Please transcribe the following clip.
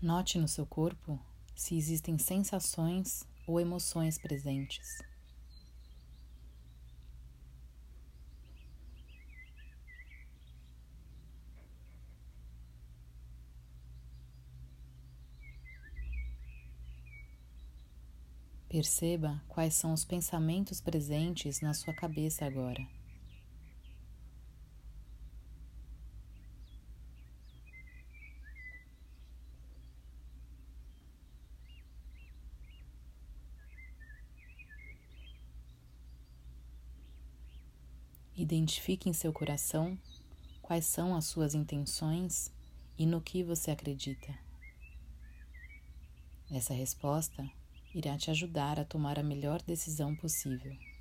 Note no seu corpo se existem sensações ou emoções presentes. Perceba quais são os pensamentos presentes na sua cabeça agora. Identifique em seu coração quais são as suas intenções e no que você acredita. Essa resposta irá te ajudar a tomar a melhor decisão possível.